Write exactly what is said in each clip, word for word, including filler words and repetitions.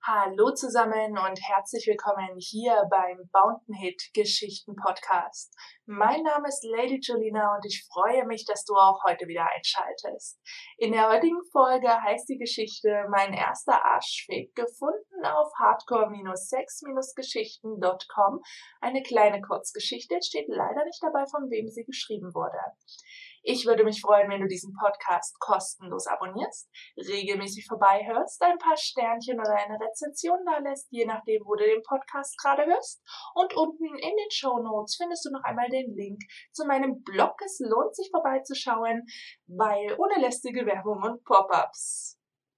Hallo zusammen und herzlich willkommen hier beim Bountenhit Geschichten Podcast. Mein Name ist Lady Julina und ich freue mich, dass du auch heute wieder einschaltest. In der heutigen Folge heißt die Geschichte Mein erster Arschfick, gefunden auf hardcore sex geschichten punkt com. Eine kleine Kurzgeschichte, steht leider nicht dabei, von wem sie geschrieben wurde. Ich würde mich freuen, wenn du diesen Podcast kostenlos abonnierst, regelmäßig vorbeihörst, ein paar Sternchen oder eine Rezension da lässt, je nachdem, wo du den Podcast gerade hörst. Und unten in den Shownotes findest du noch einmal den Link zu meinem Blog. Es lohnt sich vorbeizuschauen, weil ohne lästige Werbung und Pop-ups.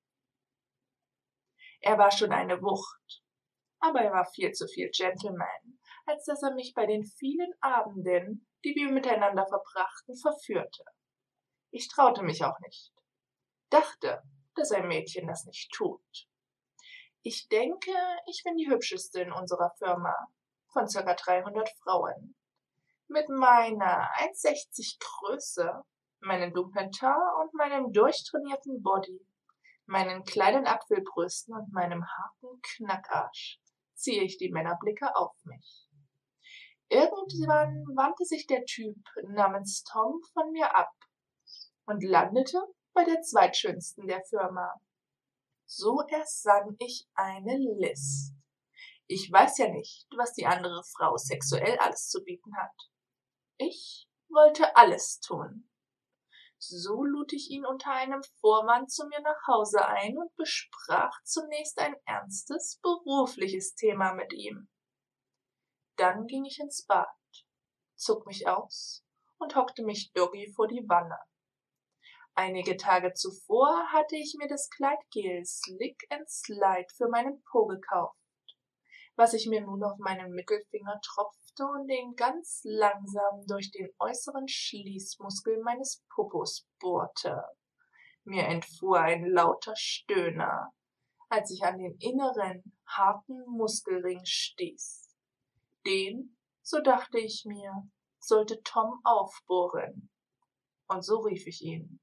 Er war schon eine Wucht, aber er war viel zu viel Gentleman, als dass er mich bei den vielen Abenden, die wir miteinander verbrachten, verführte. Ich traute mich auch nicht. Dachte, dass ein Mädchen das nicht tut. Ich denke, ich bin die hübscheste in unserer Firma, von ca. dreihundert Frauen. Mit meiner eins Komma sechzig Größe, meinem dunklen Haar und meinem durchtrainierten Body, meinen kleinen Apfelbrüsten und meinem harten Knackarsch ziehe ich die Männerblicke auf mich. Irgendwann wandte sich der Typ namens Tom von mir ab und landete bei der zweitschönsten der Firma. So ersann ich eine List. Ich weiß ja nicht, was die andere Frau sexuell alles zu bieten hat. Ich wollte alles tun. So lud ich ihn unter einem Vorwand zu mir nach Hause ein und besprach zunächst ein ernstes berufliches Thema mit ihm. Dann ging ich ins Bad, zog mich aus und hockte mich Doggy vor die Wanne. Einige Tage zuvor hatte ich mir das Kleidgel Slick and Slide für meinen Po gekauft, was ich mir nun auf meinen Mittelfinger tropfte und den ganz langsam durch den äußeren Schließmuskel meines Popos bohrte. Mir entfuhr ein lauter Stöhner, als ich an den inneren, harten Muskelring stieß. Den, so dachte ich mir, sollte Tom aufbohren. Und so rief ich ihn.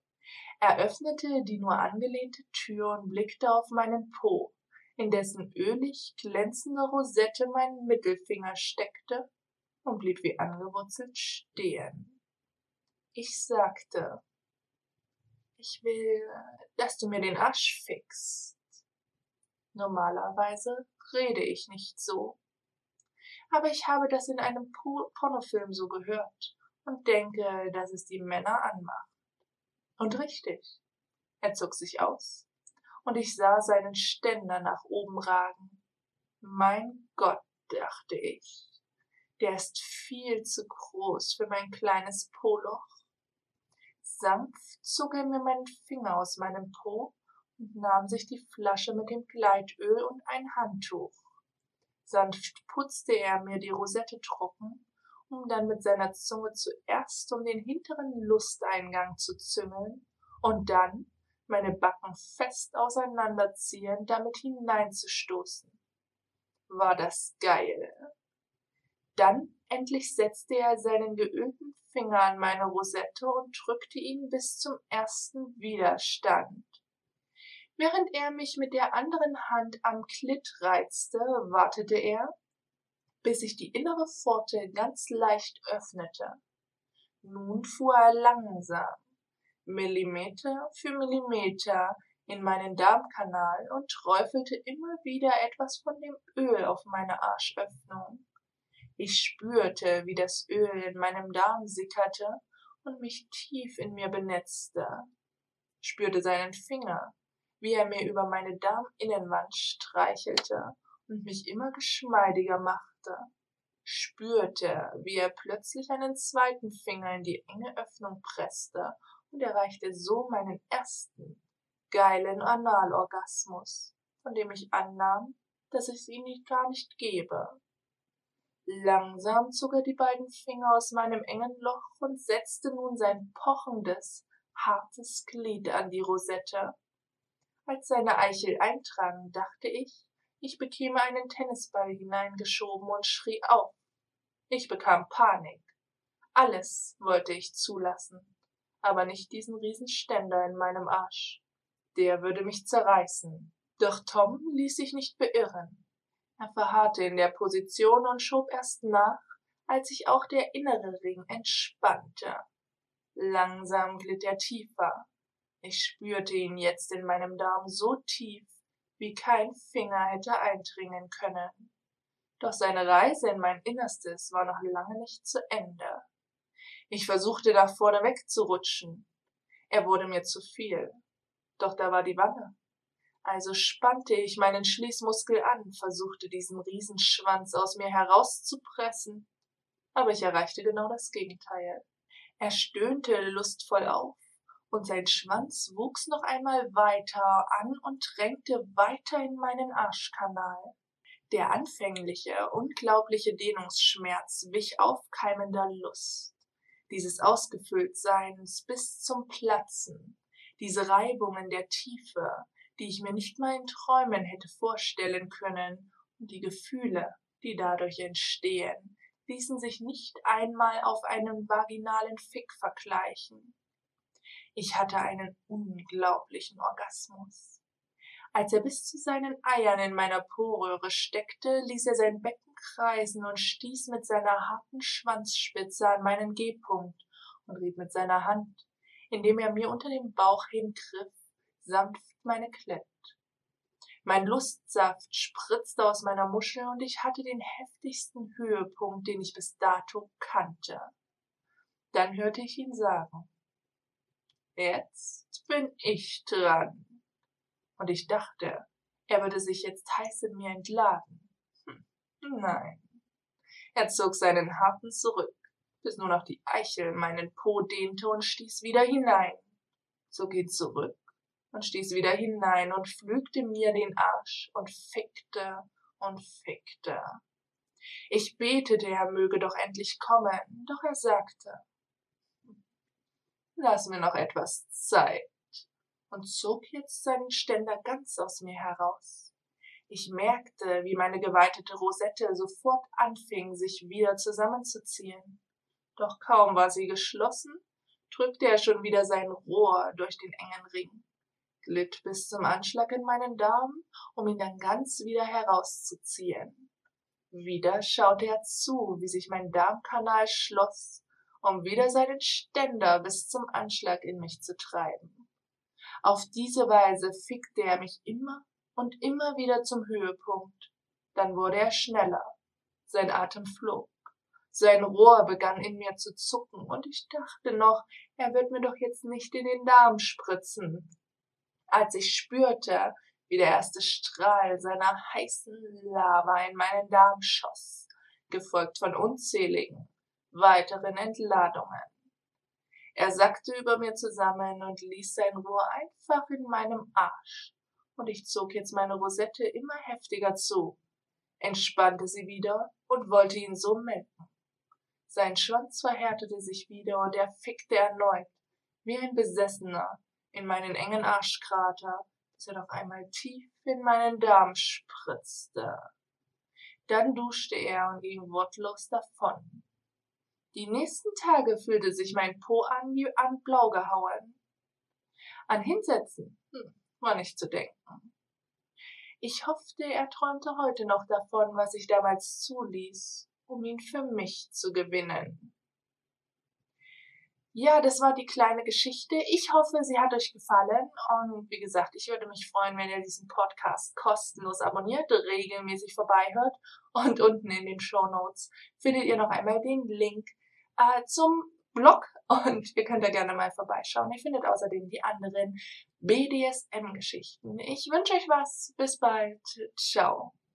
Er öffnete die nur angelehnte Tür und blickte auf meinen Po, in dessen ölig glänzende Rosette mein Mittelfinger steckte, und blieb wie angewurzelt stehen. Ich sagte, ich will, dass du mir den Arsch fickst. Normalerweise rede ich nicht so, aber ich habe das in einem Pornofilm so gehört und denke, dass es die Männer anmacht. Und richtig, er zog sich aus, und ich sah seinen Ständer nach oben ragen. Mein Gott, dachte ich, der ist viel zu groß für mein kleines Po-Loch. Sanft zog er mir meinen Finger aus meinem Po und nahm sich die Flasche mit dem Gleitöl und ein Handtuch. Sanft putzte er mir die Rosette trocken, um dann mit seiner Zunge zuerst um den hinteren Lusteingang zu züngeln und dann meine Backen fest auseinanderziehend damit hineinzustoßen. War das geil. Dann endlich setzte er seinen geölten Finger an meine Rosette und drückte ihn bis zum ersten Widerstand. Während er mich mit der anderen Hand am Klitt reizte, wartete er, bis sich die innere Pforte ganz leicht öffnete. Nun fuhr er langsam, Millimeter für Millimeter, in meinen Darmkanal und träufelte immer wieder etwas von dem Öl auf meine Arschöffnung. Ich spürte, wie das Öl in meinem Darm sickerte und mich tief in mir benetzte, spürte seinen Finger, wie er mir über meine Darminnenwand streichelte und mich immer geschmeidiger machte, spürte, wie er plötzlich einen zweiten Finger in die enge Öffnung presste und erreichte so meinen ersten, geilen Analorgasmus, von dem ich annahm, dass es ihn gar nicht gebe. Langsam zog er die beiden Finger aus meinem engen Loch und setzte nun sein pochendes, hartes Glied an die Rosette. Als seine Eichel eindrangen, dachte ich, ich bekäme einen Tennisball hineingeschoben und schrie auf. Ich bekam Panik. Alles wollte ich zulassen, aber nicht diesen Riesenständer in meinem Arsch. Der würde mich zerreißen, Doch Tom ließ sich nicht beirren. Er verharrte in der Position und schob erst nach, als sich auch der innere Ring entspannte. Langsam glitt er tiefer. Ich spürte ihn jetzt in meinem Darm so tief, wie kein Finger hätte eindringen können. Doch seine Reise in mein Innerstes war noch lange nicht zu Ende. Ich versuchte nach vorne wegzurutschen. Er wurde mir zu viel. Doch da war die Wange. Also spannte ich meinen Schließmuskel an, versuchte diesen Riesenschwanz aus mir herauszupressen. Aber ich erreichte genau das Gegenteil. Er stöhnte lustvoll auf, und sein Schwanz wuchs noch einmal weiter an und drängte weiter in meinen Arschkanal. Der anfängliche, unglaubliche Dehnungsschmerz wich aufkeimender Lust, dieses Ausgefülltseins bis zum Platzen, diese Reibung in der Tiefe, die ich mir nicht mal in Träumen hätte vorstellen können, und die Gefühle, die dadurch entstehen, ließen sich nicht einmal auf einen vaginalen Fick vergleichen. Ich hatte einen unglaublichen Orgasmus. Als er bis zu seinen Eiern in meiner Poröhre steckte, ließ er sein Becken kreisen und stieß mit seiner harten Schwanzspitze an meinen G-Punkt und rieb mit seiner Hand, indem er mir unter dem Bauch hingriff, sanft meine Klett. Mein Lustsaft spritzte aus meiner Muschel und ich hatte den heftigsten Höhepunkt, den ich bis dato kannte. Dann hörte ich ihn sagen: »Jetzt bin ich dran.« Und ich dachte, er würde sich jetzt heiß in mir entladen. Hm, nein. Er zog seinen Harten zurück, bis nur noch die Eichel meinen Po dehnte und stieß wieder hinein, zog ihn zurück und stieß wieder hinein und pflügte mir den Arsch und fickte und fickte. Ich betete, er möge doch endlich kommen, doch er sagte: »Lass mir noch etwas Zeit«, und zog jetzt seinen Ständer ganz aus mir heraus. Ich merkte, wie meine geweitete Rosette sofort anfing, sich wieder zusammenzuziehen. Doch kaum war sie geschlossen, drückte er schon wieder sein Rohr durch den engen Ring, glitt bis zum Anschlag in meinen Darm, um ihn dann ganz wieder herauszuziehen. Wieder schaute er zu, wie sich mein Darmkanal schloss, um wieder seinen Ständer bis zum Anschlag in mich zu treiben. Auf diese Weise fickte er mich immer und immer wieder zum Höhepunkt. Dann wurde er schneller, sein Atem flog, sein Rohr begann in mir zu zucken, und ich dachte noch, er wird mir doch jetzt nicht in den Darm spritzen. Als ich spürte, wie der erste Strahl seiner heißen Lava in meinen Darm schoss, gefolgt von unzähligen weiteren Entladungen. Er sackte über mir zusammen und ließ sein Rohr einfach in meinem Arsch, und ich zog jetzt meine Rosette immer heftiger zu, entspannte sie wieder und wollte ihn so melken. Sein Schwanz verhärtete sich wieder, und er fickte erneut, wie ein Besessener, in meinen engen Arschkrater, bis er noch einmal tief in meinen Darm spritzte. Dann duschte er und ging wortlos davon. Die nächsten Tage fühlte sich mein Po an wie an blau gehauen. An Hinsetzen hm, war nicht zu denken. Ich hoffte, er träumte heute noch davon, was ich damals zuließ, um ihn für mich zu gewinnen. Ja, das war die kleine Geschichte. Ich hoffe, sie hat euch gefallen. Und wie gesagt, ich würde mich freuen, wenn ihr diesen Podcast kostenlos abonniert, regelmäßig vorbeihört. Und unten in den Shownotes findet ihr noch einmal den Link äh, zum Blog. Und ihr könnt da gerne mal vorbeischauen. Ihr findet außerdem die anderen B D S M-Geschichten. Ich wünsche euch was. Bis bald. Ciao.